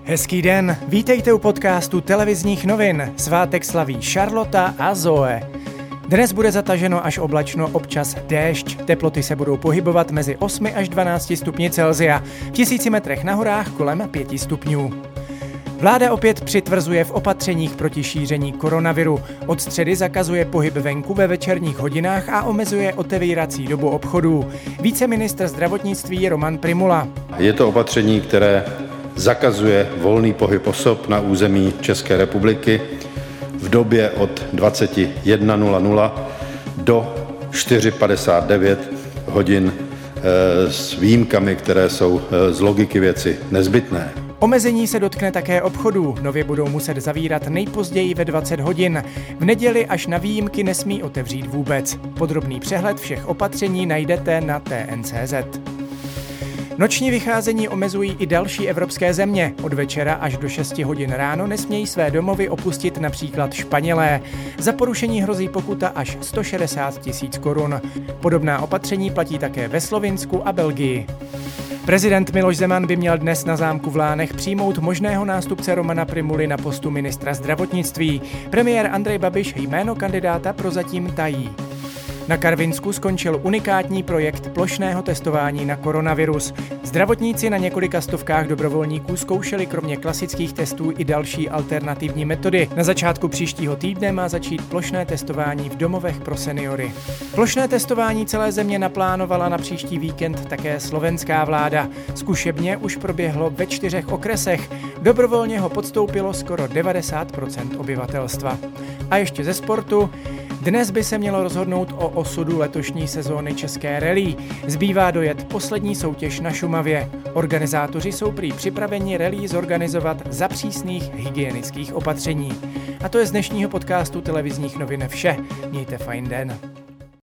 Hezký den, vítejte u podcastu televizních novin. Svátek slaví Charlotta a Zoe. Dnes bude zataženo až oblačno, občas déšť. Teploty se budou pohybovat mezi 8 až 12 stupni Celsia. V 1000 metrech na horách kolem 5 stupňů. Vláda opět přitvrzuje v opatřeních proti šíření koronaviru. Od středy zakazuje pohyb venku ve večerních hodinách a omezuje otevírací dobu obchodů. Viceministr zdravotnictví Roman Prymula. Je to opatření, které zakazuje volný pohyb osob na území České republiky v době od 21:00 do 4:59 hodin s výjimkami, které jsou z logiky věci nezbytné. Omezení se dotkne také obchodů. Nově budou muset zavírat nejpozději ve 20 hodin. V neděli až na výjimky nesmí otevřít vůbec. Podrobný přehled všech opatření najdete na TN.cz. Noční vycházení omezují i další evropské země. Od večera až do 6 hodin ráno nesmějí své domovy opustit například Španělé. Za porušení hrozí pokuta až 160 000 korun. Podobná opatření platí také ve Slovinsku a Belgii. Prezident Miloš Zeman by měl dnes na zámku v Lánech přijmout možného nástupce Romana Prymuly na postu ministra zdravotnictví. Premiér Andrej Babiš jméno kandidáta prozatím tají. Na Karvinsku skončil unikátní projekt plošného testování na koronavirus. Zdravotníci na několika stovkách dobrovolníků zkoušeli kromě klasických testů i další alternativní metody. Na začátku příštího týdne má začít plošné testování v domovech pro seniory. Plošné testování celé země naplánovala na příští víkend také slovenská vláda. Zkušebně už proběhlo ve 4 okresech. Dobrovolně ho podstoupilo skoro 90% obyvatelstva. A ještě ze sportu. Dnes by se mělo rozhodnout o osudu letošní sezóny České rally. Zbývá dojet poslední soutěž na Šumavě. Organizátoři jsou prý připraveni rally zorganizovat za přísných hygienických opatření. A to je z dnešního podcastu televizních novin vše. Mějte fajn den.